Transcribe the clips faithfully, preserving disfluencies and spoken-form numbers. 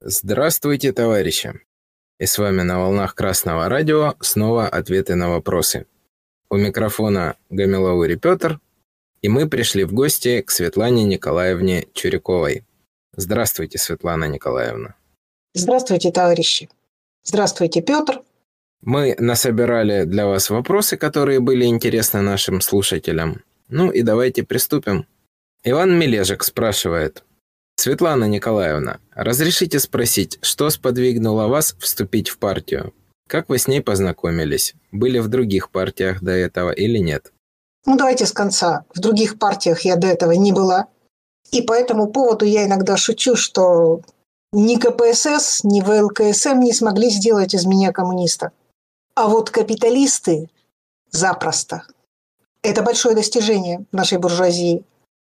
Здравствуйте, товарищи! И с вами на волнах Красного радио снова ответы на вопросы. У микрофона Гамилаури Петр, и мы пришли в гости к Светлане Николаевне Чуряковой. Здравствуйте, Светлана Николаевна. Здравствуйте, товарищи. Здравствуйте, Петр. Мы насобирали для вас вопросы, которые были интересны нашим слушателям. Ну и давайте приступим. Иван Мележик спрашивает. Светлана Николаевна, разрешите спросить, что сподвигнуло вас вступить в партию? Как вы с ней познакомились? Были в других партиях до этого или нет? Ну, давайте с конца. В других партиях я до этого не была. И по этому поводу я иногда шучу, что ни ка пэ эс эс, ни вэ эл ка эс эм не смогли сделать из меня коммуниста. А вот капиталисты запросто. Это большое достижение нашей буржуазии.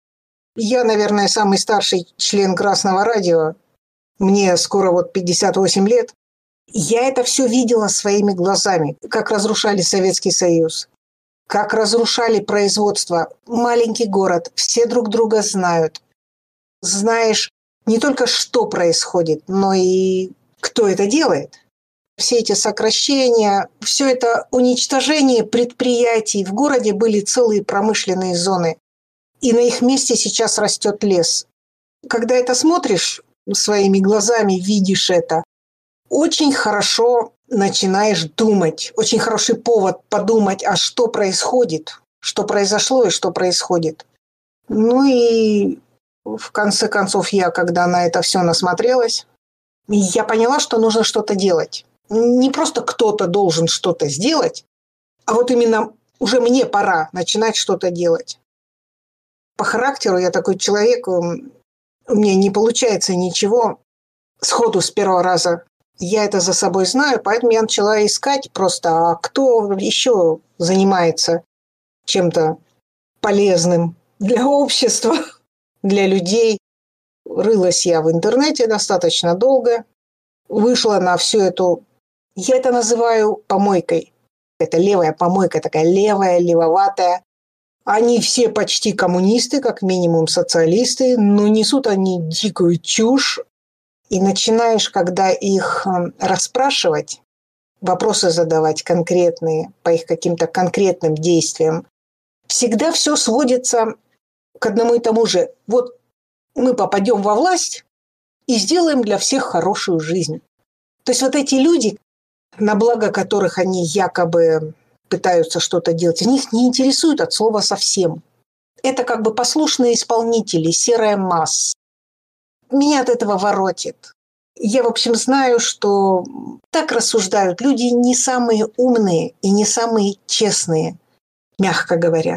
Я, наверное, самый старший член Красного радио. Мне скоро вот пятьдесят восемь лет. Я это все видела своими глазами, как разрушали Советский Союз, как разрушали производство. Маленький город, все друг друга знают. Знаешь не только, что происходит, но и кто это делает. Все эти сокращения, все это уничтожение предприятий. В городе были целые промышленные зоны. И на их месте сейчас растет лес. Когда это смотришь своими глазами, видишь это, очень хорошо начинаешь думать. Очень хороший повод подумать, а что происходит, что произошло и что происходит. Ну и в конце концов я, когда на это все насмотрелась, я поняла, что нужно что-то делать. Не просто кто-то должен что-то сделать, а вот именно уже мне пора начинать что-то делать. По характеру я такой человек, у меня не получается ничего сходу с первого раза. Я это за собой знаю, поэтому я начала искать просто, а кто еще занимается чем-то полезным для общества, для людей. Рылась я в интернете достаточно долго, вышла на всю эту, я это называю помойкой. Это левая помойка, такая левая, левоватая. Они все почти коммунисты, как минимум социалисты, но несут они дикую чушь. И начинаешь, когда их расспрашивать, вопросы задавать конкретные, по их каким-то конкретным действиям, всегда все сводится к одному и тому же. Вот мы попадем во власть и сделаем для всех хорошую жизнь. То есть вот эти люди, на благо которых они якобы пытаются что-то делать, они их не интересуют от слова совсем. Это как бы послушные исполнители, серая масса. Меня от этого воротит. Я, в общем, знаю, что так рассуждают люди не самые умные и не самые честные, мягко говоря.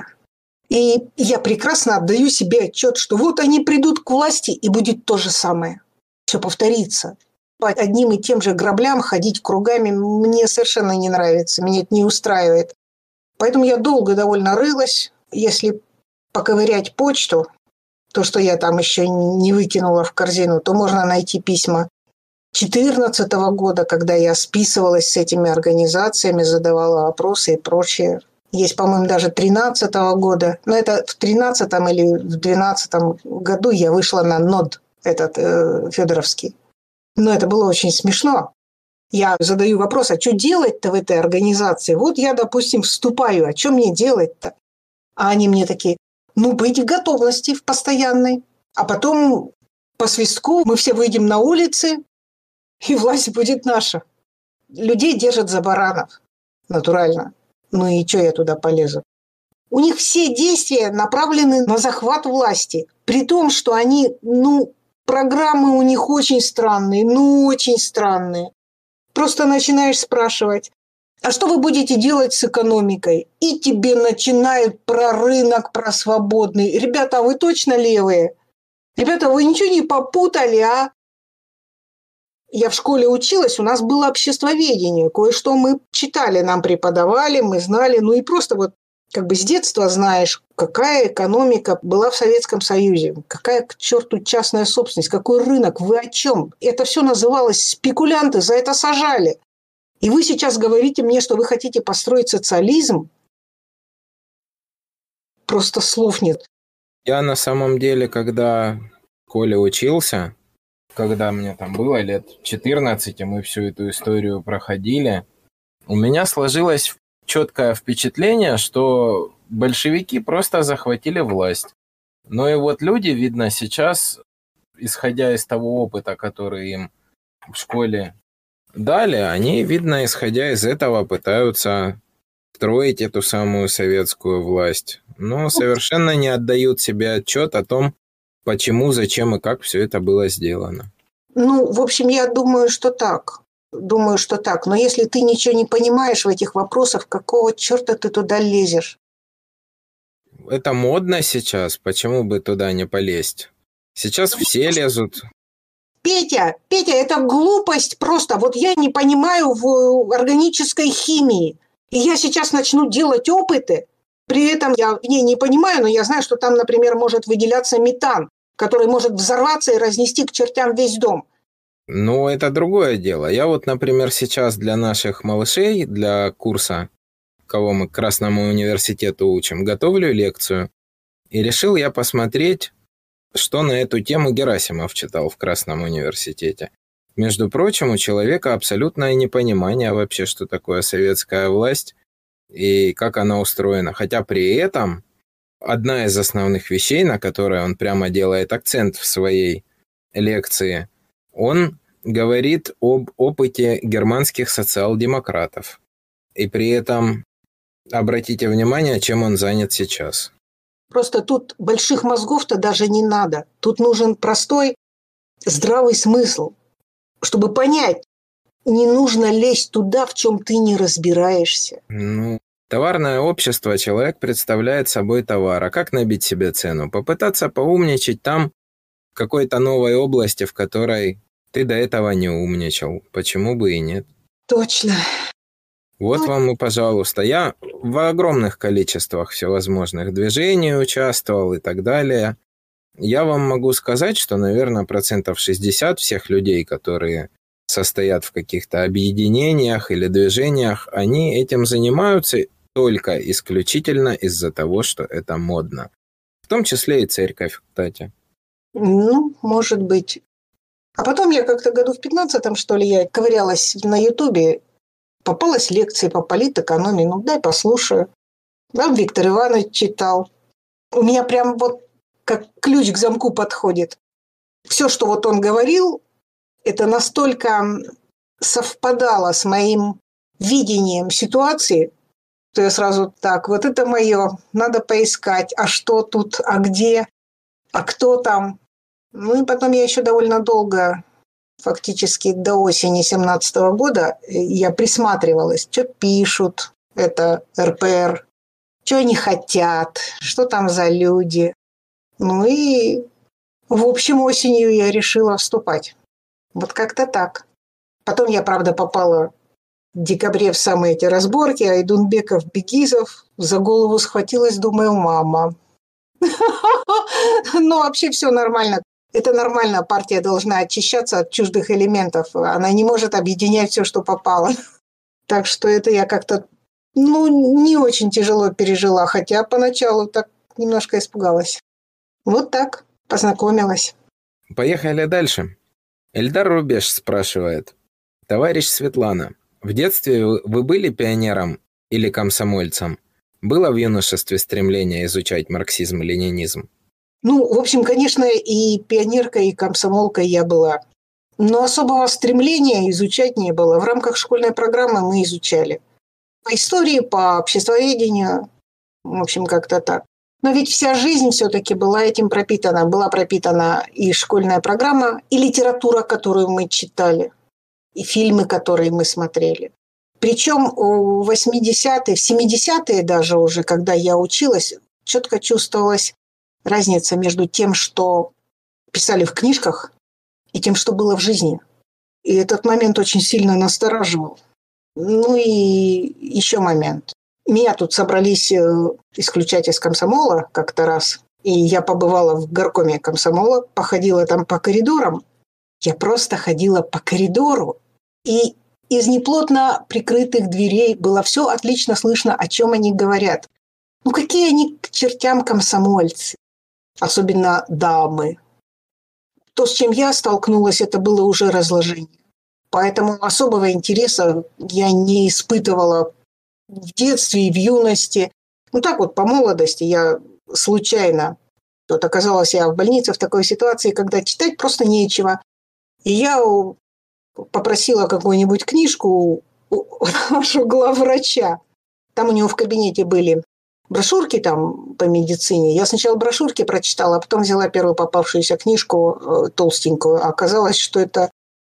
И я прекрасно отдаю себе отчет, что вот они придут к власти, и будет то же самое. Все повторится. По одним и тем же граблям ходить кругами мне совершенно не нравится, меня это не устраивает. Поэтому я долго довольно рылась. Если поковырять почту, то, что я там еще не выкинула в корзину, то можно найти письма две тысячи четырнадцатого года, когда я списывалась с этими организациями, задавала вопросы и прочее. Есть, по-моему, даже две тысячи тринадцатого года. Но это в тринадцатом или в две тысячи двенадцатом году я вышла на нод, этот э, Федоровский. Но это было очень смешно. Я задаю вопрос, а что делать-то в этой организации? Вот я, допустим, вступаю, а что мне делать-то? А они мне такие, ну, быть в готовности, в постоянной. А потом по свистку мы все выйдем на улицы, и власть будет наша. Людей держат за баранов, натурально. Ну и что я туда полезу? У них все действия направлены на захват власти. При том, что они, ну, программы у них очень странные, ну очень странные. Просто начинаешь спрашивать, а что вы будете делать с экономикой? И тебе начинают про рынок, про свободный. Ребята, а вы точно левые? Ребята, вы ничего не попутали, а? Я в школе училась, у нас было обществоведение. Кое-что мы читали, нам преподавали, мы знали. Ну и просто вот как бы с детства знаешь, какая экономика была в Советском Союзе, какая к черту частная собственность, какой рынок, вы о чем? Это все называлось спекулянты, за это сажали. И вы сейчас говорите мне, что вы хотите построить социализм? Просто слов нет. Я на самом деле, когда в школе учился, когда мне там было лет четырнадцать, и мы всю эту историю проходили, у меня сложилось четкое впечатление, что большевики просто захватили власть. Но и вот люди, видно, сейчас, исходя из того опыта, который им в школе дали, они, видно, исходя из этого, пытаются строить эту самую советскую власть, но совершенно не отдают себе отчет о том, почему, зачем и как все это было сделано. Ну, в общем, я думаю, что так. Думаю, что так. Но если ты ничего не понимаешь в этих вопросах, какого черта ты туда лезешь? Это модно сейчас, почему бы туда не полезть? Сейчас все лезут. Петя, Петя, это глупость просто. Вот я не понимаю в органической химии. И я сейчас начну делать опыты. При этом я в ней не понимаю, но я знаю, что там, например, может выделяться метан, который может взорваться и разнести к чертям весь дом. Ну, это другое дело. Я вот, например, сейчас для наших малышей, для курса, кого мы к Красному университету учим, готовлю лекцию. И решил я посмотреть, что на эту тему Герасимов читал в Красном университете. Между прочим, у человека абсолютное непонимание вообще, что такое советская власть и как она устроена. Хотя при этом одна из основных вещей, на которые он прямо делает акцент в своей лекции, он говорит об опыте германских социал-демократов. И при этом обратите внимание, чем он занят сейчас. Просто тут больших мозгов-то даже не надо. Тут нужен простой, здравый смысл. Чтобы понять, не нужно лезть туда, в чем ты не разбираешься. Ну, товарное общество, человек представляет собой товар. А как набить себе цену? Попытаться поумничать там, в какой-то новой области, в которой ты до этого не умничал. Почему бы и нет? Точно. Вот вам и пожалуйста. Я в огромных количествах всевозможных движений участвовал и так далее. Я вам могу сказать, что, наверное, процентов шестьдесят всех людей, которые состоят в каких-то объединениях или движениях, они этим занимаются только исключительно из-за того, что это модно. В том числе и церковь, кстати. Ну, может быть. А потом я как-то году в пятнадцатом, что ли, я ковырялась на Ютубе, попалась лекции по политэкономии, ну, дай послушаю. Там Виктор Иванович читал. У меня прям вот как ключ к замку подходит. Все, что вот он говорил, это настолько совпадало с моим видением ситуации, что я сразу так, вот это мое, надо поискать, а что тут, а где, а кто там. Ну и потом я еще довольно долго, фактически до осени семнадцатого года, я присматривалась, что пишут, это эр пэ эр, что они хотят, что там за люди. Ну и, в общем, осенью я решила вступать. Вот как-то так. Потом я, правда, попала в декабре в самые эти разборки, Айдунбеков, Бегизов, за голову схватилась, думаю, мама. Ну, вообще все нормально. Это нормально, партия должна очищаться от чуждых элементов. Она не может объединять все, что попало. Так что это я как-то, ну, не очень тяжело пережила, хотя поначалу так немножко испугалась. Вот так познакомилась. Поехали дальше. Эльдар Рубеж спрашивает. Товарищ Светлана, в детстве вы были пионером или комсомольцем? Было в юношестве стремление изучать марксизм и ленинизм? Ну, в общем, конечно, и пионеркой, и комсомолкой я была. Но особого стремления изучать не было. В рамках школьной программы мы изучали. По истории, по обществоведению, в общем, как-то так. Но ведь вся жизнь все-таки была этим пропитана. Была пропитана и школьная программа, и литература, которую мы читали, и фильмы, которые мы смотрели. Причем в восьмидесятые, в семидесятые даже уже, когда я училась, четко чувствовалась разница между тем, что писали в книжках, и тем, что было в жизни. И этот момент очень сильно настораживал. Ну и еще момент. Меня тут собрались исключать из комсомола как-то раз, и я побывала в горкоме комсомола, походила там по коридорам. Я просто ходила по коридору, и из неплотно прикрытых дверей было все отлично слышно, о чем они говорят. Ну какие они к чертям комсомольцы, особенно дамы. То, с чем я столкнулась, это было уже разложение. Поэтому особого интереса я не испытывала в детстве и в юности. Ну так вот, по молодости я случайно... Вот оказалась я в больнице в такой ситуации, когда читать просто нечего. И я попросила какую-нибудь книжку у нашего главврача. Там у него в кабинете были брошюрки там по медицине. Я сначала брошюрки прочитала, а потом взяла первую попавшуюся книжку толстенькую. А оказалось, что это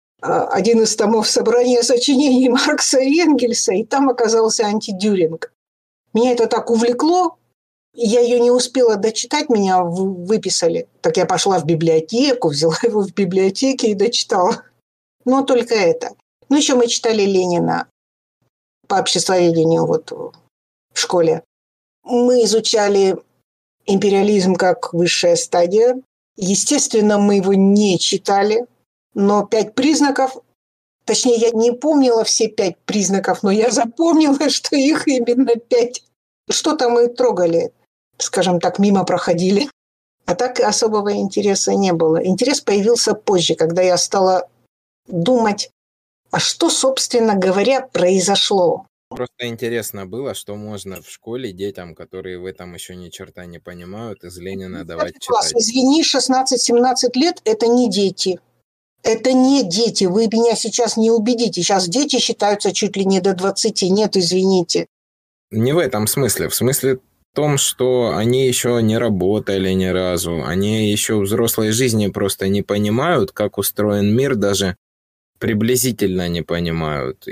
один из томов собрания сочинений Маркса и Энгельса, и там оказался антидюринг. Меня это так увлекло, я ее не успела дочитать, меня выписали. Так я пошла в библиотеку, взяла его в библиотеке и дочитала. Но только это. Ну, еще мы читали Ленина по обществоведению вот в школе. Мы изучали империализм как высшая стадия. Естественно, мы его не читали, но пять признаков, точнее, я не помнила все пять признаков, но я запомнила, что их именно пять. Что-то мы трогали, скажем так, мимо проходили. А так особого интереса не было. Интерес появился позже, когда я стала думать, а что, собственно говоря, произошло. Просто интересно было, что можно в школе детям, которые в этом еще ни черта не понимают, из Ленина давать Класс, читать. извини, шестнадцать-семнадцать лет – это не дети. Это не дети. Вы меня сейчас не убедите. Сейчас дети считаются чуть ли не до двадцати. Нет, извините. Не в этом смысле. В смысле в том, что они еще не работали ни разу. Они еще в взрослой жизни просто не понимают, как устроен мир, даже приблизительно не понимают.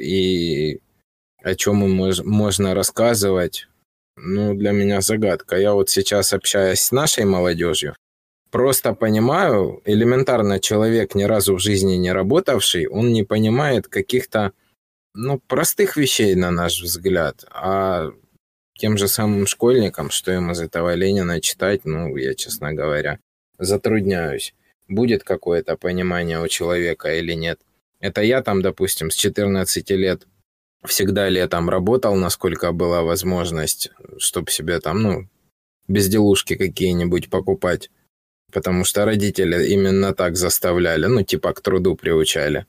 И о чем им мож- можно рассказывать, ну, для меня загадка. Я вот сейчас общаюсь с нашей молодежью, просто понимаю, элементарно человек, ни разу в жизни не работавший, он не понимает каких-то, ну, простых вещей, на наш взгляд. А тем же самым школьникам, что им из этого Ленина читать, ну, я, честно говоря, затрудняюсь. Будет какое-то понимание у человека или нет. Это я там, допустим, с четырнадцати лет всегда летом работал, насколько была возможность, чтобы себе там, ну, безделушки какие-нибудь покупать. Потому что родители именно так заставляли, ну, типа к труду приучали.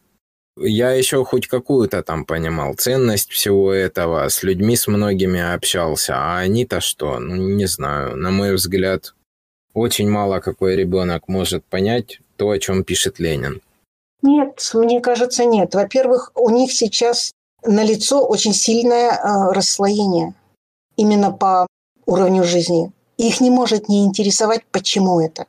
Я еще хоть какую-то там понимал ценность всего этого, с людьми с многими общался, а они-то что, ну, не знаю, на мой взгляд, очень мало какой ребенок может понять то, о чем пишет Ленин. Нет, мне кажется, нет. Во-первых, у них сейчас налицо очень сильное э, расслоение именно по уровню жизни. Их не может не интересовать, почему это.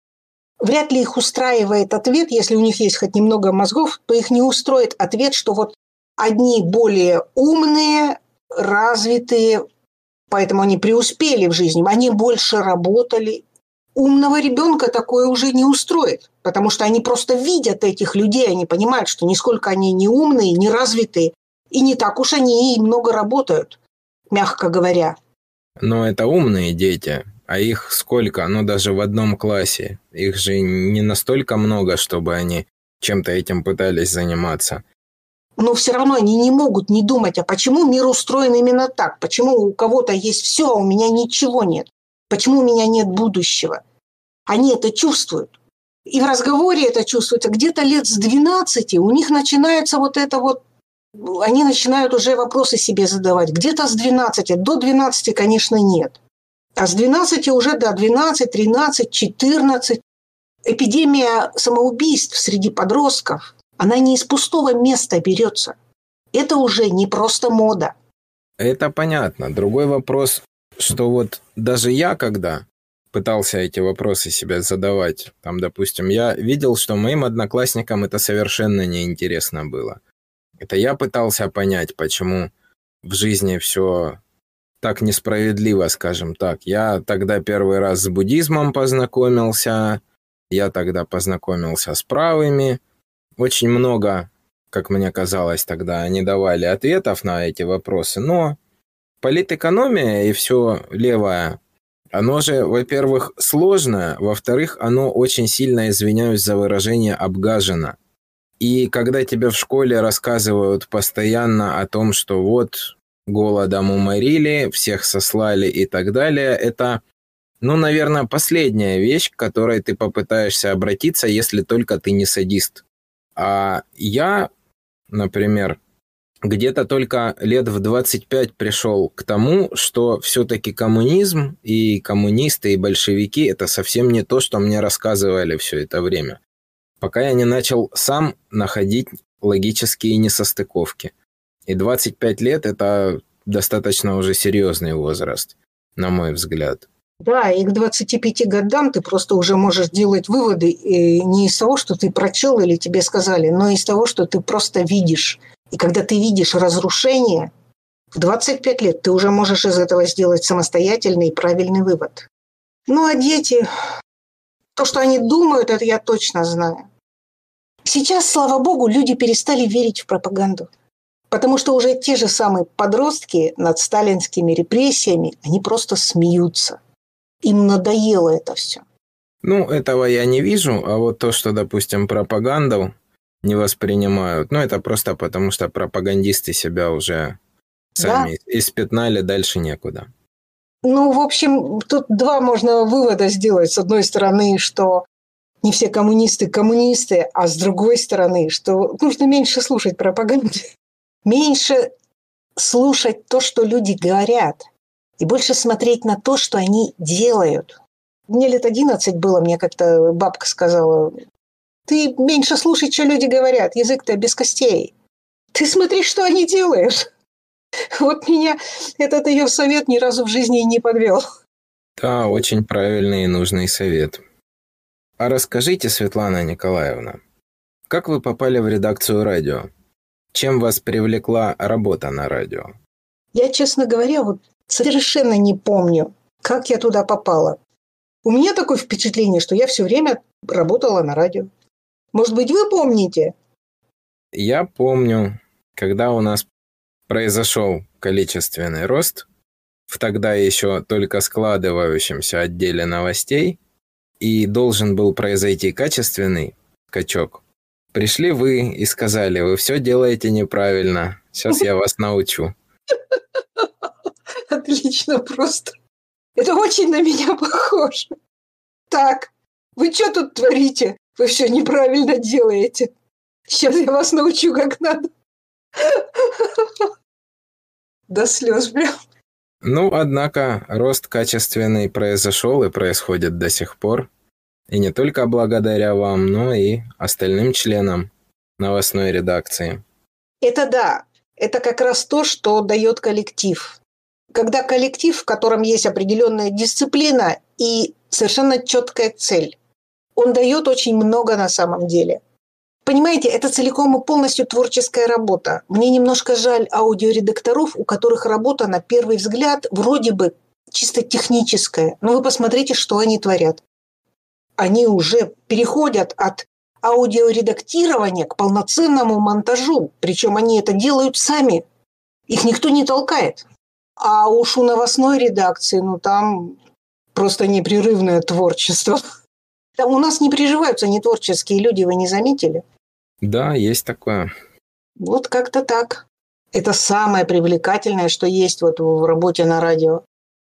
Вряд ли их устраивает ответ, если у них есть хоть немного мозгов, то их не устроит ответ, что вот одни более умные, развитые, поэтому они преуспели в жизни, они больше работали. Умного ребенка такое уже не устроит, потому что они просто видят этих людей, они понимают, что нисколько они не умные, не развитые, и не так уж они и много работают, мягко говоря. Но это умные дети, а их сколько? Ну, даже в одном классе. Их же не настолько много, чтобы они чем-то этим пытались заниматься. Но все равно они не могут не думать, а почему мир устроен именно так? Почему у кого-то есть все, а у меня ничего нет? Почему у меня нет будущего? Они это чувствуют. И в разговоре это чувствуется. Где-то лет с двенадцати у них начинается вот это вот, они начинают уже вопросы себе задавать. Где-то с двенадцати, до двенадцати, конечно, нет. А с двенадцати уже до двенадцати, тринадцати, четырнадцати. Эпидемия самоубийств среди подростков, она не из пустого места берется. Это уже не просто мода. Это понятно. Другой вопрос, что вот даже я, когда пытался эти вопросы себе задавать, там, допустим, я видел, что моим одноклассникам это совершенно неинтересно было. Это я пытался понять, почему в жизни все так несправедливо, скажем так. Я тогда первый раз с буддизмом познакомился, я тогда познакомился с правыми. Очень много, как мне казалось тогда, они давали ответов на эти вопросы, но политэкономия и все левое, оно же, во-первых, сложное, во-вторых, оно очень сильно, извиняюсь за выражение, обгажено. И когда тебе в школе рассказывают постоянно о том, что вот голодом уморили, всех сослали и так далее, это Ну, наверное, последняя вещь, к которой ты попытаешься обратиться, если только ты не садист. А я, например, где-то только лет в двадцать пять пришел к тому, что все-таки коммунизм и коммунисты, и большевики – это совсем не то, что мне рассказывали все это время. Пока я не начал сам находить логические несостыковки. И двадцать пять лет – это достаточно уже серьезный возраст, на мой взгляд. Да, и к двадцати пяти годам ты просто уже можешь делать выводы не из того, что ты прочел или тебе сказали, но из того, что ты просто видишь. И когда ты видишь разрушение, в двадцать пять лет ты уже можешь из этого сделать самостоятельный и правильный вывод. Ну, а дети, то, что они думают, это я точно знаю. Сейчас, слава богу, люди перестали верить в пропаганду. Потому что уже те же самые подростки над сталинскими репрессиями, они просто смеются. Им надоело это все. Ну, этого я не вижу, а вот то, что, допустим, пропаганду не воспринимают, ну, это просто потому, что пропагандисты себя уже сами да? испятнали, дальше некуда. Ну, в общем, тут два можно вывода сделать. С одной стороны, что не все коммунисты коммунисты, а с другой стороны, что нужно меньше слушать пропаганду, меньше слушать то, что люди говорят, и больше смотреть на то, что они делают. Мне лет одиннадцать было, мне как-то бабка сказала: ты меньше слушай, что люди говорят, язык-то без костей. Ты смотри, что они делают. Вот меня этот ее совет ни разу в жизни не подвел. Да, очень правильный и нужный совет. А расскажите, Светлана Николаевна, как вы попали в редакцию радио? Чем вас привлекла работа на радио? Я, честно говоря, вот совершенно не помню, как я туда попала. У меня такое впечатление, что я все время работала на радио. Может быть, вы помните? Я помню, когда у нас произошел количественный рост в тогда еще только складывающемся отделе новостей, и должен был произойти качественный скачок. Пришли вы и сказали: вы все делаете неправильно, сейчас я вас научу. Отлично просто. Это очень на меня похоже. Так, вы что тут творите? Вы все неправильно делаете. Сейчас я вас научу, как надо. До слез прям. Ну, однако, рост качественный произошел и происходит до сих пор. И не только благодаря вам, но и остальным членам новостной редакции. Это да. Это как раз то, что дает коллектив. Когда коллектив, в котором есть определенная дисциплина и совершенно четкая цель, он дает очень много на самом деле. Понимаете, это целиком и полностью творческая работа. Мне немножко жаль аудиоредакторов, у которых работа на первый взгляд вроде бы чисто техническая. Но вы посмотрите, что они творят. Они уже переходят от аудиоредактирования к полноценному монтажу. Причем они это делают сами. Их никто не толкает. А уж у новостной редакции, ну там просто непрерывное творчество. Там у нас не приживаются нетворческие люди, вы не заметили? Да, есть такое. Вот как-то так. Это самое привлекательное, что есть вот в работе на радио.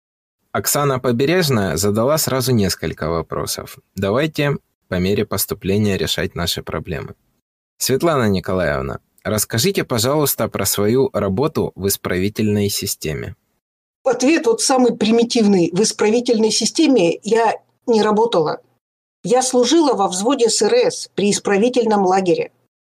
Оксана Побережная задала сразу несколько вопросов. Давайте по мере поступления решать наши проблемы. Светлана Николаевна, расскажите, пожалуйста, про свою работу в исправительной системе. Ответ вот самый примитивный. В исправительной системе я не работала. Я служила во взводе СРС при исправительном лагере.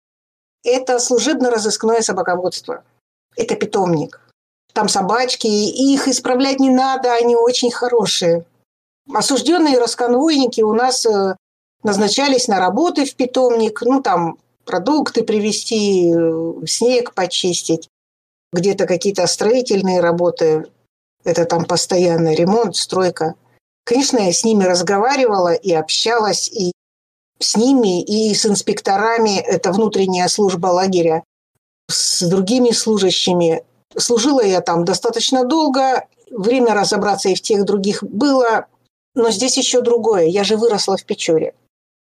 Это служебно-розыскное собаководство. Это питомник. Там собачки, и их исправлять не надо, они очень хорошие. Осужденные расконвойники у нас назначались на работы в питомник, ну там продукты привезти, снег почистить, где-то какие-то строительные работы, это там постоянный ремонт, стройка. Конечно, я с ними разговаривала и общалась, и с ними, и с инспекторами, это внутренняя служба лагеря, с другими служащими. Служила я там достаточно долго, время разобраться и в тех других было, но здесь еще другое. Я же выросла в Печоре.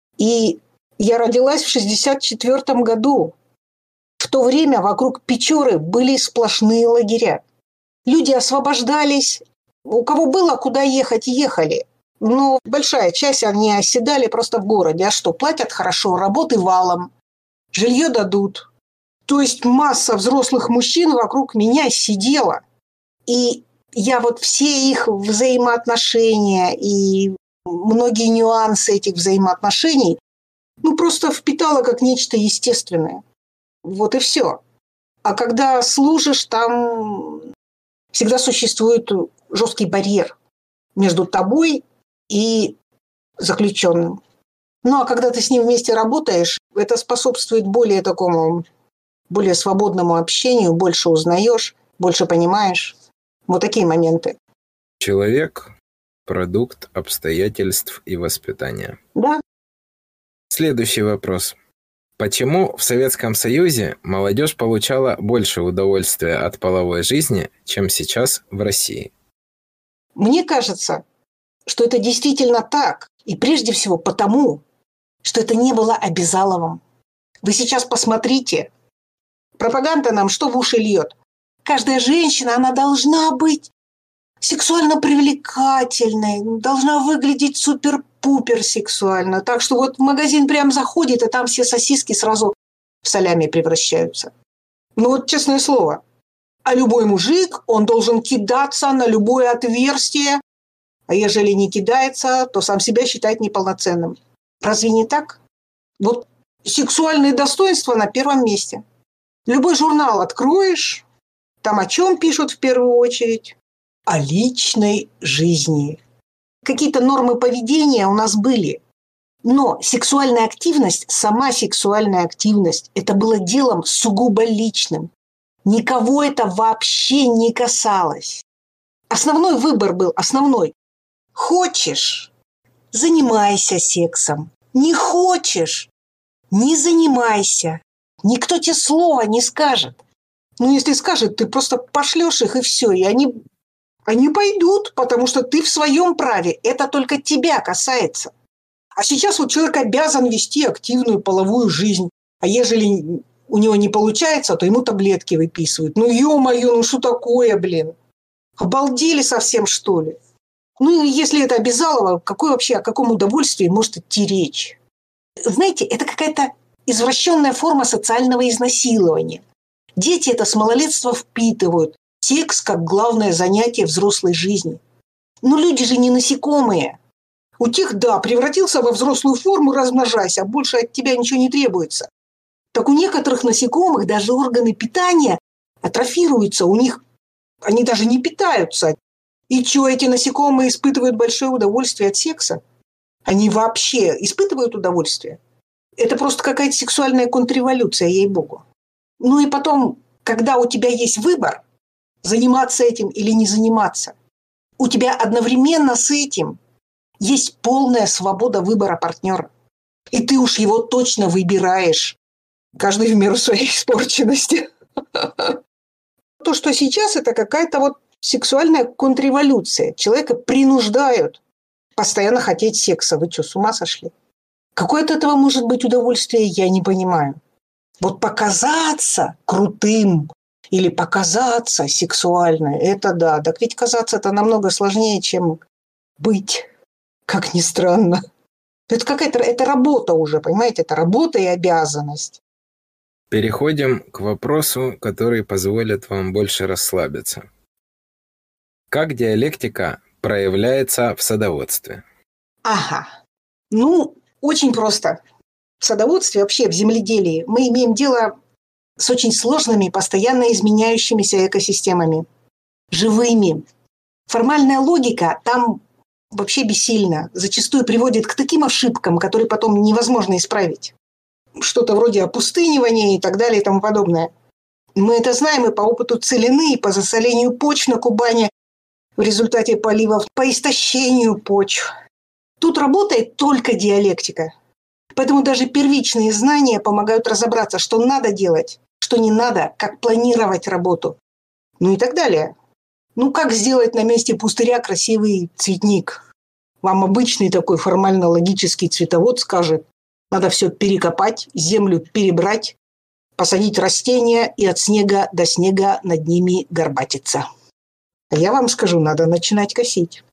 И я родилась в шестьдесят четвёртом году. В то время вокруг Печоры были сплошные лагеря. Люди освобождались, у кого было куда ехать, ехали. Но большая часть, они оседали просто в городе. А что, платят хорошо, работы валом, жилье дадут. То есть масса взрослых мужчин вокруг меня сидела. И я вот все их взаимоотношения и многие нюансы этих взаимоотношений ну, просто впитала как нечто естественное. Вот и все. А когда служишь, там всегда существует жесткий барьер между тобой и заключенным. Ну, а когда ты с ним вместе работаешь, это способствует более такому, более свободному общению, больше узнаешь, больше понимаешь. Вот такие моменты. Человек – продукт обстоятельств и воспитания. Да. Следующий вопрос. Почему в Советском Союзе молодежь получала больше удовольствия от половой жизни, чем сейчас в России? Мне кажется, что это действительно так. И прежде всего потому, что это не было обязаловым. Вы сейчас посмотрите. Пропаганда нам что в уши льет? Каждая женщина, она должна быть сексуально привлекательной, должна выглядеть супер-пупер сексуально. Так что вот в магазин прям заходит, и там все сосиски сразу в салями превращаются. Ну вот честное слово. А любой мужик, он должен кидаться на любое отверстие, а ежели не кидается, то сам себя считает неполноценным. Разве не так? Вот сексуальные достоинства на первом месте. Любой журнал откроешь, там о чем пишут в первую очередь? О личной жизни. Какие-то нормы поведения у нас были. Но сексуальная активность, сама сексуальная активность, это было делом сугубо личным. Никого это вообще не касалось. Основной выбор был, основной. Хочешь – занимайся сексом. Не хочешь – не занимайся. Никто тебе слова не скажет. Ну, если скажет, ты просто пошлешь их, и все. И они, они пойдут, потому что ты в своем праве. Это только тебя касается. А сейчас вот человек обязан вести активную половую жизнь. А ежели у него не получается, то ему таблетки выписывают. Ну, ё-моё, ну что такое, блин? Обалдели совсем, что ли? Ну, если это обязалово, какой вообще, о каком удовольствии может идти речь? Знаете, это какая-то извращенная форма социального изнасилования. Дети это с малолетства впитывают. Секс как главное занятие взрослой жизни. Но люди же не насекомые. У тех, да, превратился во взрослую форму, размножайся, а больше от тебя ничего не требуется. Так у некоторых насекомых даже органы питания атрофируются. У них они даже не питаются. И что, эти насекомые испытывают большое удовольствие от секса? Они вообще испытывают удовольствие? Это просто какая-то сексуальная контрреволюция, ей-богу. Ну и потом, когда у тебя есть выбор, заниматься этим или не заниматься, у тебя одновременно с этим есть полная свобода выбора партнера. И ты уж его точно выбираешь. Каждый в меру своей испорченности. То, что сейчас, это какая-то вот сексуальная контрреволюция. Человека принуждают постоянно хотеть секса. Вы что, с ума сошли? Какое от этого может быть удовольствие, я не понимаю. Вот показаться крутым или показаться сексуально, это да. Так ведь казаться это намного сложнее, чем быть, как ни странно. Это какая-то это работа уже, понимаете? Это работа и обязанность. Переходим к вопросу, который позволит вам больше расслабиться. Как диалектика проявляется в садоводстве? Ага. Ну, очень просто. В садоводстве, вообще в земледелии, мы имеем дело с очень сложными, постоянно изменяющимися экосистемами. Живыми. Формальная логика там вообще бессильна. Зачастую приводит к таким ошибкам, которые потом невозможно исправить. Что-то вроде опустынивания и так далее и тому подобное. Мы это знаем и по опыту целины, и по засолению почв на Кубани в результате поливов, по истощению почв. Тут работает только диалектика. Поэтому даже первичные знания помогают разобраться, что надо делать, что не надо, как планировать работу. Ну и так далее. Ну как сделать на месте пустыря красивый цветник? Вам обычный такой формально-логический цветовод скажет, надо все перекопать, землю перебрать, посадить растения и от снега до снега над ними горбатиться. А я вам скажу, надо начинать косить.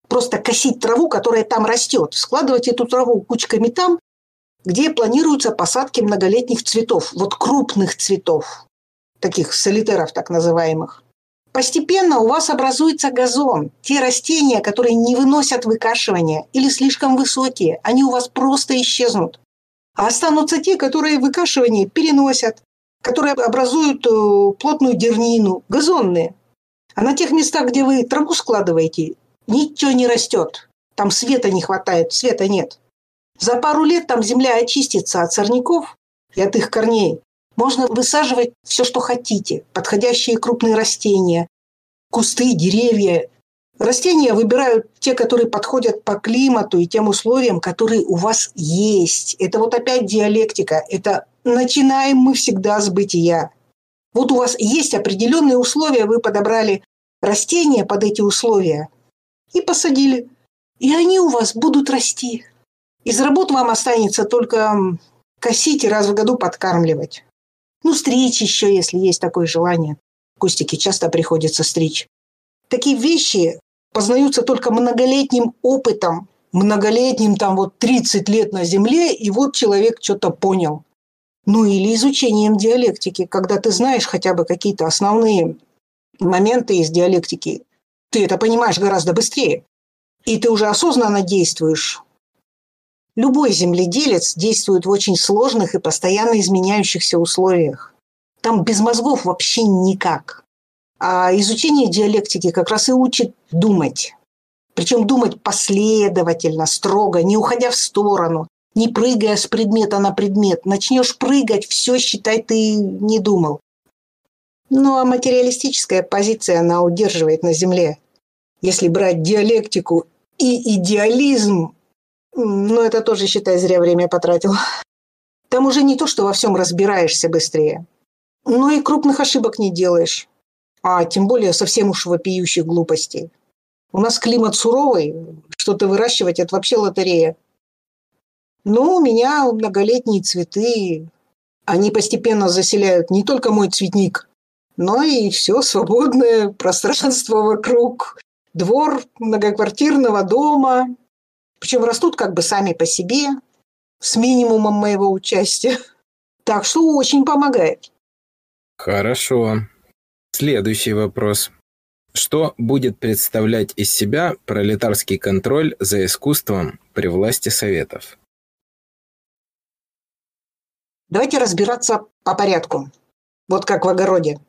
просто косить траву, которая там растет, складывать эту траву кучками там, где планируются посадки многолетних цветов, вот крупных цветов, таких солитеров так называемых. Постепенно у вас образуется газон. Те растения, которые не выносят выкашивания или слишком высокие, они у вас просто исчезнут. А останутся те, которые выкашивание переносят, которые образуют плотную дернину, газонные. А на тех местах, где вы траву складываете, ничего не растет. Там света не хватает, света нет. За пару лет там земля очистится от сорняков и от их корней. Можно высаживать все, что хотите. Подходящие крупные растения, кусты, деревья. Растения выбирают те, которые подходят по климату и тем условиям, которые у вас есть. Это вот опять диалектика. Это начинаем мы всегда с бытия. Вот у вас есть определенные условия, вы подобрали растения под эти условия и посадили. И они у вас будут расти. Из работ вам останется только косить и раз в году подкармливать. Ну, стричь еще, если есть такое желание. Кустики часто приходится стричь. Такие вещи познаются только многолетним опытом. Многолетним, там вот тридцать лет на земле, и вот человек что-то понял. Ну, или изучением диалектики, когда ты знаешь хотя бы какие-то основные моменты из диалектики. Ты это понимаешь гораздо быстрее. И ты уже осознанно действуешь. Любой земледелец действует в очень сложных и постоянно изменяющихся условиях. Там без мозгов вообще никак. А изучение диалектики как раз и учит думать. Причем думать последовательно, строго, не уходя в сторону, не прыгая с предмета на предмет. Начнешь прыгать, все, считай, ты не думал. Ну, а материалистическая позиция, она удерживает на земле. Если брать диалектику и идеализм, ну, это тоже, считай, зря время потратил. Там уже не то, что во всем разбираешься быстрее, но и крупных ошибок не делаешь. А тем более совсем уж вопиющих глупостей. У нас климат суровый, что-то выращивать – это вообще лотерея. Но у меня многолетние цветы, они постепенно заселяют не только мой цветник, но и все свободное пространство вокруг. Двор многоквартирного дома. Причем растут как бы сами по себе, с минимумом моего участия. Так что очень помогает. Хорошо. Следующий вопрос. Что будет представлять из себя пролетарский контроль за искусством при власти Советов? Давайте разбираться по порядку. Вот как в огороде.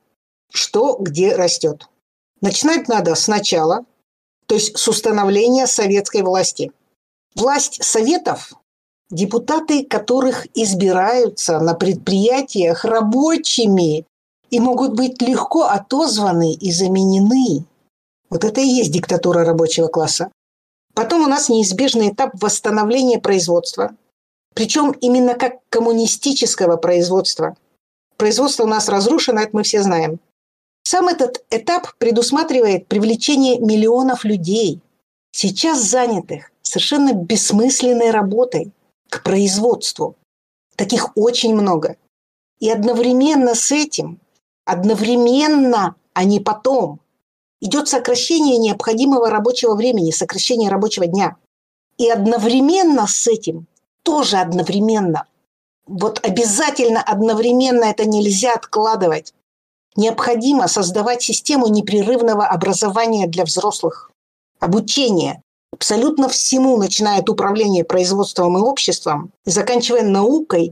Что где растет. Начинать надо сначала, то есть с установления советской власти. Власть Советов, депутаты которых избираются на предприятиях рабочими и могут быть легко отозваны и заменены. Вот это и есть диктатура рабочего класса. Потом у нас неизбежный этап восстановления производства. Причем именно как коммунистического производства. Производство у нас разрушено, это мы все знаем. Сам этот этап предусматривает привлечение миллионов людей, сейчас занятых совершенно бессмысленной работой, к производству. Таких очень много. И одновременно с этим, одновременно, а не потом, идет сокращение необходимого рабочего времени, сокращение рабочего дня. И одновременно с этим, тоже одновременно, вот обязательно одновременно это нельзя откладывать, необходимо создавать систему непрерывного образования для взрослых, обучения. Абсолютно всему, начиная от управления производством и обществом, заканчивая наукой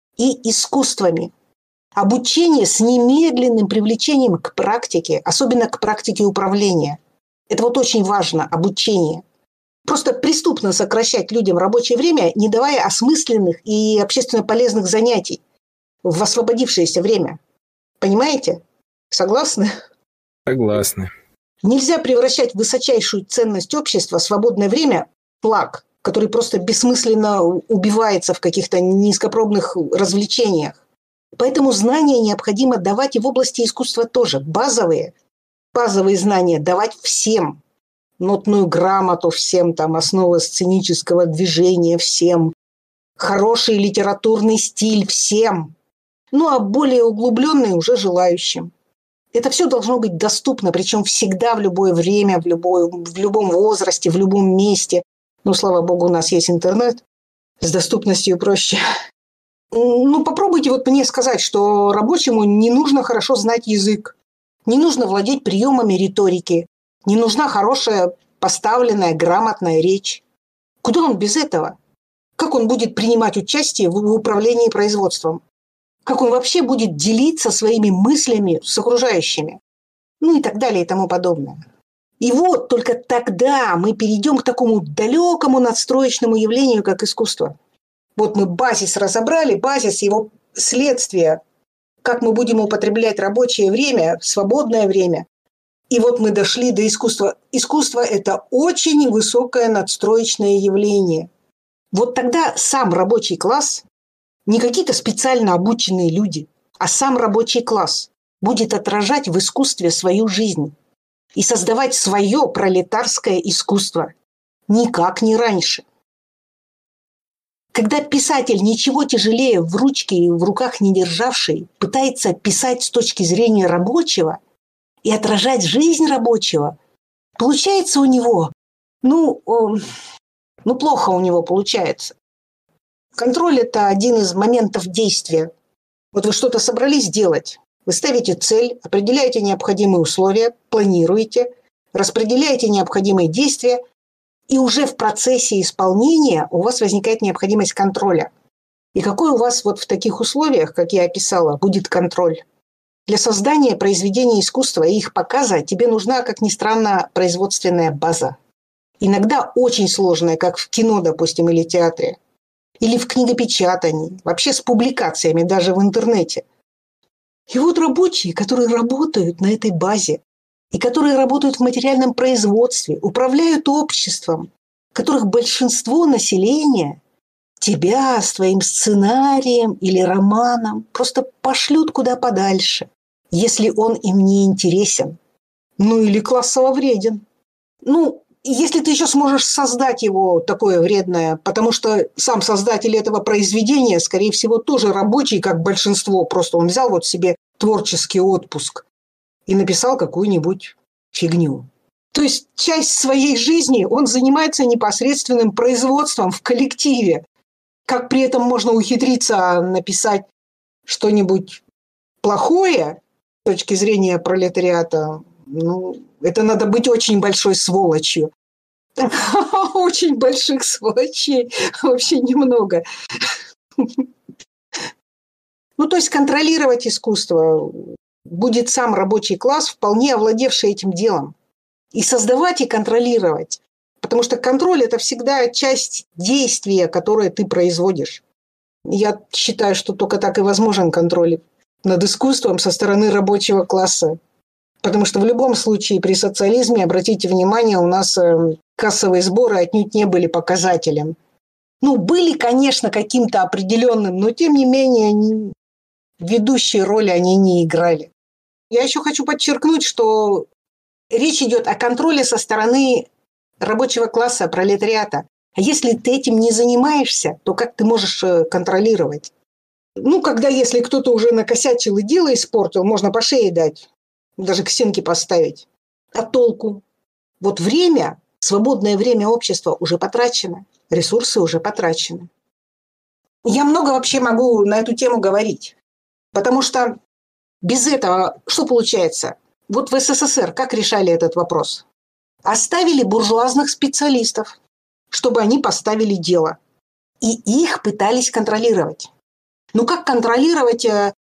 и искусствами. Обучение с немедленным привлечением к практике, особенно к практике управления. Это вот очень важно, обучение. Просто преступно сокращать людям рабочее время, не давая осмысленных и общественно полезных занятий в освободившееся время. Понимаете? Согласны? Согласны. Нельзя превращать в высочайшую ценность общества свободное время в флаг, который просто бессмысленно убивается в каких-то низкопробных развлечениях. Поэтому знания необходимо давать и в области искусства тоже. Базовые, базовые знания давать всем. Нотную грамоту всем, там, основы сценического движения всем. Хороший литературный стиль всем. Ну, а более углубленный уже желающим. Это все должно быть доступно, причем всегда, в любое время, в, любой, в любом возрасте, в любом месте. Ну, слава богу, у нас есть интернет, с доступностью проще. Ну, попробуйте вот мне сказать, что рабочему не нужно хорошо знать язык, не нужно владеть приемами риторики, не нужна хорошая, поставленная, грамотная речь. Куда он без этого? Как он будет принимать участие в управлении производством? Как он вообще будет делиться своими мыслями с окружающими? Ну и так далее и тому подобное. И вот только тогда мы перейдем к такому далекому надстроечному явлению, как искусство. Вот мы базис разобрали, базис, его следствие, как мы будем употреблять рабочее время, свободное время. И вот мы дошли до искусства. Искусство – это очень высокое надстроечное явление. Вот тогда сам рабочий класс, не какие-то специально обученные люди, а сам рабочий класс будет отражать в искусстве свою жизнь и создавать свое пролетарское искусство. Никак не раньше. Когда писатель, ничего тяжелее в ручке и в руках не державший, пытается писать с точки зрения рабочего и отражать жизнь рабочего, получается у него, ну, ну плохо у него получается. Контроль – это один из моментов действия. Вот вы что-то собрались делать, вы ставите цель, определяете необходимые условия, планируете, распределяете необходимые действия, и уже в процессе исполнения у вас возникает необходимость контроля. И какой у вас вот в таких условиях, как я описала, будет контроль? Для создания произведений искусства и их показа тебе нужна, как ни странно, производственная база. Иногда очень сложная, как в кино, допустим, или театре. Или в книгопечатании, вообще с публикациями даже в интернете. И вот рабочие, которые работают на этой базе, и которые работают в материальном производстве, управляют обществом, которых большинство населения тебя с твоим сценарием или романом просто пошлют куда подальше, если он им не интересен. Ну или классово вреден. Ну, если ты еще сможешь создать его такое вредное, потому что сам создатель этого произведения, скорее всего, тоже рабочий, как большинство, просто он взял вот себе творческий отпуск и написал какую-нибудь фигню. То есть часть своей жизни он занимается непосредственным производством в коллективе. Как при этом можно ухитриться написать что-нибудь плохое с точки зрения пролетариата, ну, это надо быть очень большой сволочью. Очень больших сволочей вообще немного. Ну, то есть контролировать искусство будет сам рабочий класс, вполне овладевший этим делом. И создавать, и контролировать. Потому что контроль – это всегда часть действия, которое ты производишь. Я считаю, что только так и возможен контроль над искусством со стороны рабочего класса. Потому что в любом случае при социализме, обратите внимание, у нас кассовые сборы отнюдь не были показателем. Ну, были, конечно, каким-то определенным, но тем не менее они, ведущие роли они не играли. Я еще хочу подчеркнуть, что речь идет о контроле со стороны рабочего класса, пролетариата. А если ты этим не занимаешься, то как ты можешь контролировать? Ну, когда если кто-то уже накосячил и дело испортил, можно по шее дать, даже к стенке поставить. А толку? Вот время, свободное время общества уже потрачено, ресурсы уже потрачены. Я много вообще могу на эту тему говорить, потому что без этого что получается? Вот в СССР как решали этот вопрос? Оставили буржуазных специалистов, чтобы они поставили дело. И их пытались контролировать. Ну как контролировать,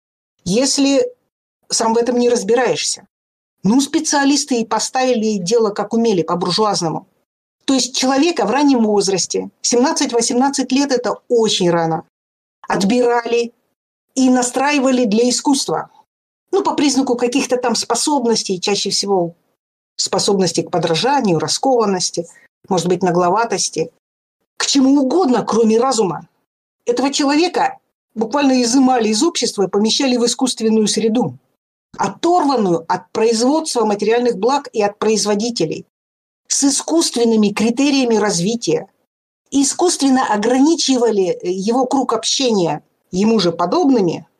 если сам в этом не разбираешься? Ну, специалисты и поставили дело как умели, по-буржуазному. То есть человека в раннем возрасте, семнадцать-восемнадцать лет – это очень рано, отбирали и настраивали для искусства. Ну, по признаку каких-то там способностей, чаще всего способностей к подражанию, раскованности, может быть, нагловатости, к чему угодно, кроме разума. Этого человека буквально изымали из общества и помещали в искусственную среду, оторванную от производства материальных благ и от производителей, с искусственными критериями развития. И искусственно ограничивали его круг общения ему же подобными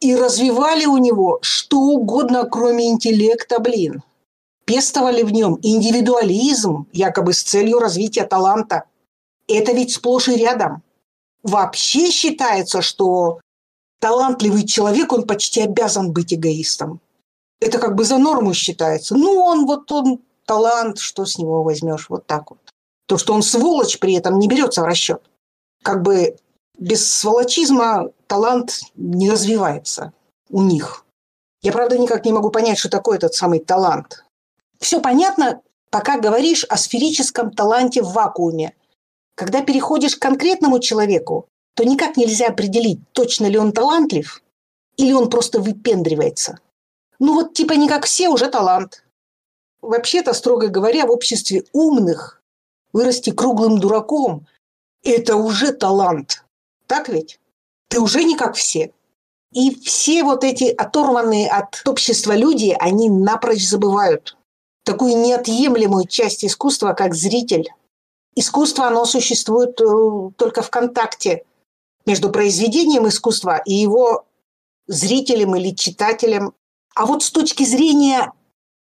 И развивали у него что угодно, кроме интеллекта, блин. Пестовали в нем индивидуализм, якобы с целью развития таланта. Это ведь сплошь и рядом. Вообще считается, что талантливый человек, он почти обязан быть эгоистом. Это как бы за норму считается. Ну, он вот он талант, что с него возьмешь, вот так вот. То, что он сволочь, при этом не берется в расчет. Как бы без сволочизма талант не развивается у них. Я, правда, никак не могу понять, что такое этот самый талант. Все понятно, пока говоришь о сферическом таланте в вакууме. Когда переходишь к конкретному человеку, то никак нельзя определить, точно ли он талантлив или он просто выпендривается. Ну вот типа не как все, уже талант. Вообще-то, строго говоря, в обществе умных вырасти круглым дураком – это уже талант. Так ведь? Ты уже не как все. И все вот эти оторванные от общества люди, они напрочь забывают такую неотъемлемую часть искусства, как зритель. Искусство, оно существует только в контакте между произведением искусства и его зрителем или читателем. А вот с точки зрения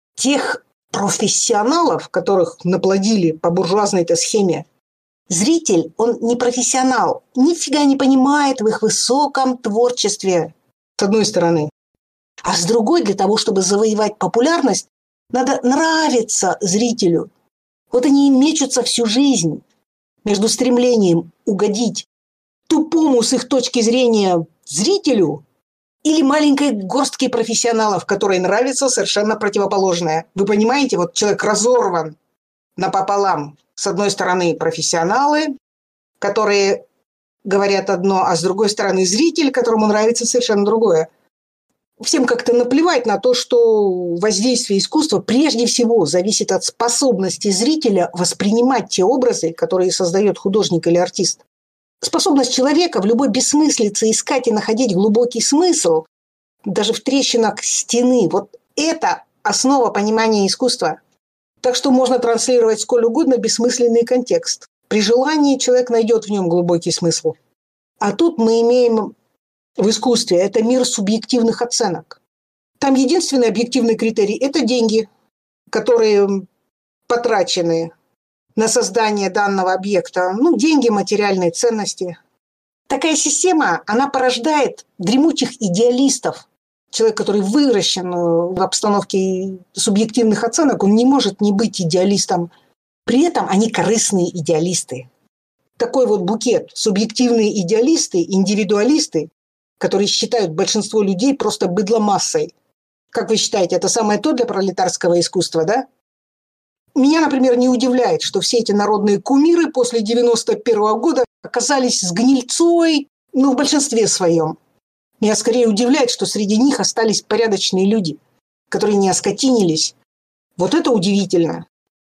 тех профессионалов, которых наплодили по буржуазной-то схеме, зритель, он не профессионал, нифига не понимает в их высоком творчестве, с одной стороны. А с другой, для того, чтобы завоевать популярность, надо нравиться зрителю. Вот они и мечутся всю жизнь между стремлением угодить тупому с их точки зрения зрителю или маленькой горстке профессионалов, которой нравится совершенно противоположное. Вы понимаете, вот человек разорван напополам. С одной стороны профессионалы, которые говорят одно, а с другой стороны зритель, которому нравится совершенно другое. Всем как-то наплевать на то, что воздействие искусства прежде всего зависит от способности зрителя воспринимать те образы, которые создает художник или артист. Способность человека в любой бессмыслице искать и находить глубокий смысл, даже в трещинах стены, вот это основа понимания искусства. Так что можно транслировать сколь угодно бессмысленный контекст. При желании человек найдет в нем глубокий смысл. А тут мы имеем в искусстве – это мир субъективных оценок. Там единственный объективный критерий – это деньги, которые потрачены на создание данного объекта. Ну, деньги, материальные ценности. Такая система, она порождает дремучих идеалистов. Человек, который выращен в обстановке субъективных оценок, он не может не быть идеалистом. При этом они корыстные идеалисты. Такой вот букет. Субъективные идеалисты, индивидуалисты, которые считают большинство людей просто быдломассой. Как вы считаете, это самое то для пролетарского искусства, да? Меня, например, не удивляет, что все эти народные кумиры после девяносто первого года оказались с гнильцой, ну, в большинстве своем. Меня скорее удивляет, что среди них остались порядочные люди, которые не оскотинились. Вот это удивительно.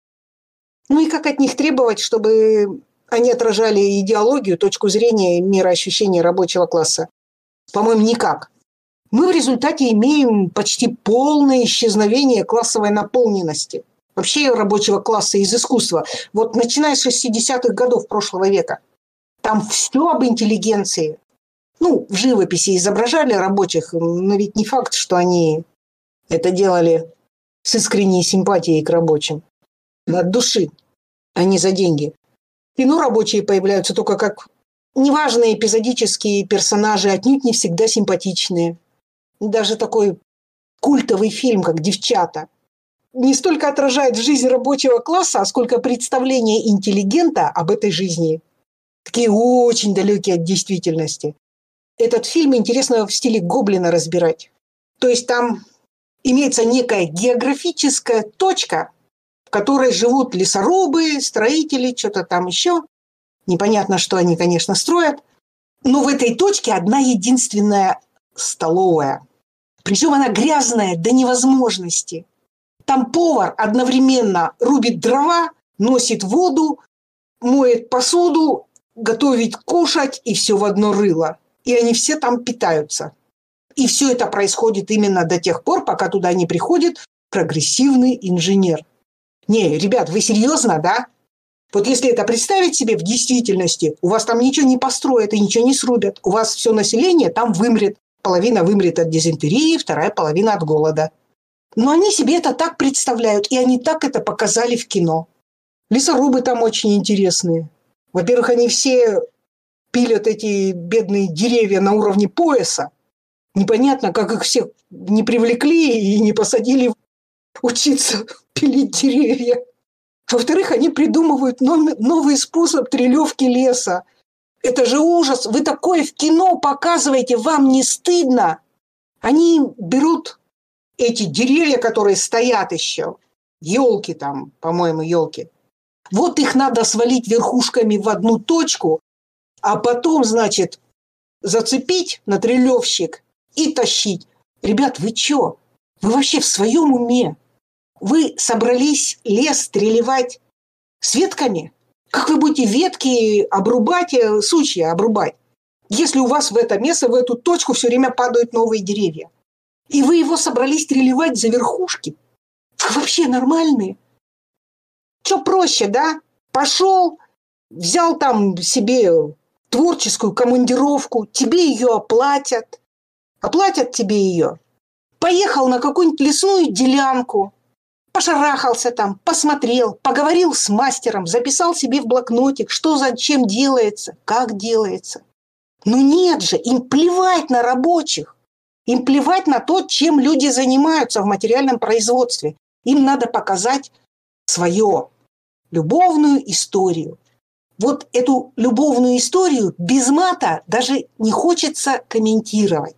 Ну и как от них требовать, чтобы они отражали идеологию, точку зрения, мироощущения рабочего класса? По-моему, никак. Мы в результате имеем почти полное исчезновение классовой наполненности. Вообще рабочего класса из искусства. Вот начиная с шестидесятых годов прошлого века. Там все об интеллигенции. Ну, в живописи изображали рабочих, но ведь не факт, что они это делали с искренней симпатией к рабочим. От души, а не за деньги. В кино рабочие появляются только как неважные эпизодические персонажи, отнюдь не всегда симпатичные. Даже такой культовый фильм, как «Девчата», не столько отражает жизнь рабочего класса, а сколько представление интеллигента об этой жизни. Такие очень далекие от действительности. Этот фильм интересно в стиле Гоблина разбирать. То есть там имеется некая географическая точка, в которой живут лесорубы, строители, что-то там еще. Непонятно, что они, конечно, строят. Но в этой точке одна единственная столовая. Причем она грязная до невозможности. Там повар одновременно рубит дрова, носит воду, моет посуду, готовит кушать, и все в одно рыло. И они все там питаются. И все это происходит именно до тех пор, пока туда не приходит прогрессивный инженер. Не, ребят, вы серьезно, да? Вот если это представить себе в действительности, у вас там ничего не построят и ничего не срубят. У вас все население там вымрет. половина вымрет от дизентерии, вторая половина от голода. Но они себе это так представляют, и они так это показали в кино. Лесорубы там очень интересные. Во-первых, они все пилят эти бедные деревья на уровне пояса. Непонятно, как их всех не привлекли и не посадили учиться пилить деревья. Во-вторых, они придумывают новый способ трелевки леса. Это же ужас. Вы такое в кино показываете, вам не стыдно? Они берут эти деревья, которые стоят еще, елки там, по-моему, елки. Вот их надо свалить верхушками в одну точку, а потом, значит, зацепить на трелевщик и тащить. Ребят, вы чё? Вы вообще в своем уме? Вы собрались лес трелевать с ветками? Как вы будете ветки обрубать, сучья обрубать, если у вас в это место, в эту точку все время падают новые деревья? И вы его собрались трелевать за верхушки? Вы вообще нормальные? Что проще, да? Пошел, взял там себе творческую командировку, тебе ее оплатят. Оплатят тебе ее. Поехал на какую-нибудь лесную делянку, пошарахался там, посмотрел, поговорил с мастером, записал себе в блокнотик, что зачем делается, как делается. Ну нет же, им плевать на рабочих. Им плевать на то, чем люди занимаются в материальном производстве. Им надо показать свое, любовную историю. Вот эту любовную историю без мата даже не хочется комментировать.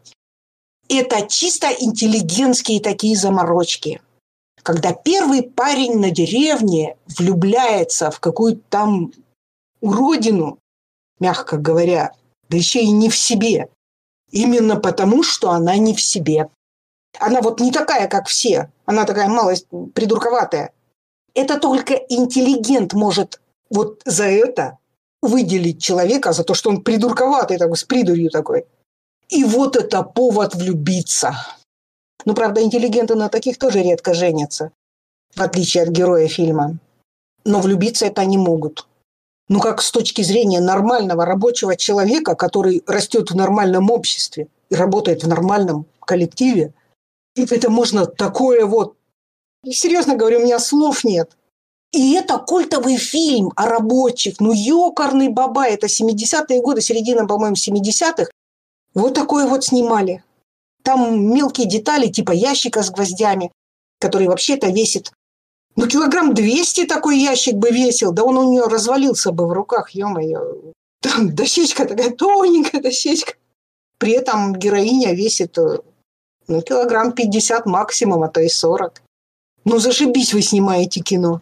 Это чисто интеллигентские такие заморочки. Когда первый парень на деревне влюбляется в какую-то там уродину, мягко говоря, да еще и не в себе, именно потому, что она не в себе. Она вот не такая, как все. Она такая малость придурковатая. Это только интеллигент может вот за это выделить человека, за то, что он придурковатый, такой, с придурью такой. И вот это повод влюбиться. Ну, правда, интеллигенты на таких тоже редко женятся, в отличие от героя фильма. Но влюбиться это они могут. Ну, как с точки зрения нормального рабочего человека, который растет в нормальном обществе и работает в нормальном коллективе, это можно такое вот... Серьезно говорю, у меня слов нет. И это культовый фильм о рабочих. Ну, ёкарный бабай. Это семидесятые годы, середина, по-моему, семидесятых. Вот такое вот снимали. Там мелкие детали, типа ящика с гвоздями, который вообще-то весит... Ну, килограмм двести такой ящик бы весил. Да он у нее развалился бы в руках, ё-моё. Там дощечка такая, тоненькая дощечка. При этом героиня весит, ну, килограмм пятьдесят максимум, а то и сорок. Ну, зашибись вы снимаете кино.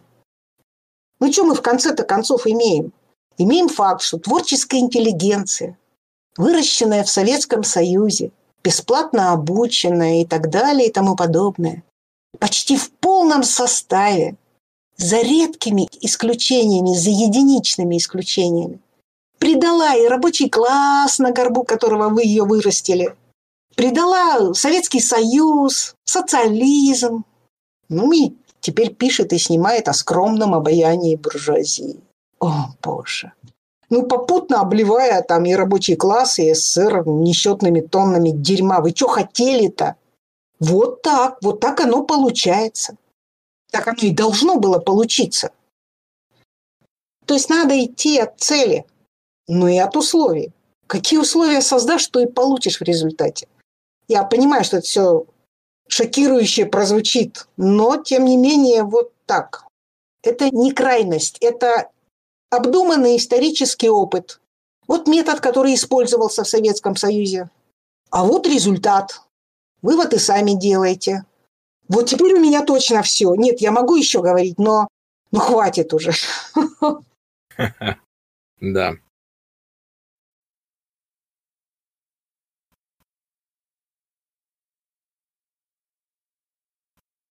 Ну, что мы в конце-то концов имеем? Имеем факт, что творческая интеллигенция, выращенная в Советском Союзе, бесплатно обученная и так далее и тому подобное, почти в полном составе, за редкими исключениями, за единичными исключениями, предала и рабочий класс, на горбу которого вы ее вырастили, предала Советский Союз, социализм. Ну и теперь пишет и снимает о скромном обаянии буржуазии. О, Боже! Ну, попутно обливая там и рабочий класс, и СССР несчетными тоннами дерьма. Вы что хотели-то? Вот так, вот так оно получается. Так оно и должно было получиться. То есть надо идти от цели, но и от условий. Какие условия создашь, то и получишь в результате. Я понимаю, что это все шокирующе прозвучит, но, тем не менее, вот так. Это не крайность, это обдуманный исторический опыт. Вот метод, который использовался в Советском Союзе. А вот результат. Вывод и сами делаете. Вот теперь у меня точно все. Нет, я могу еще говорить, но ну, хватит уже. Да.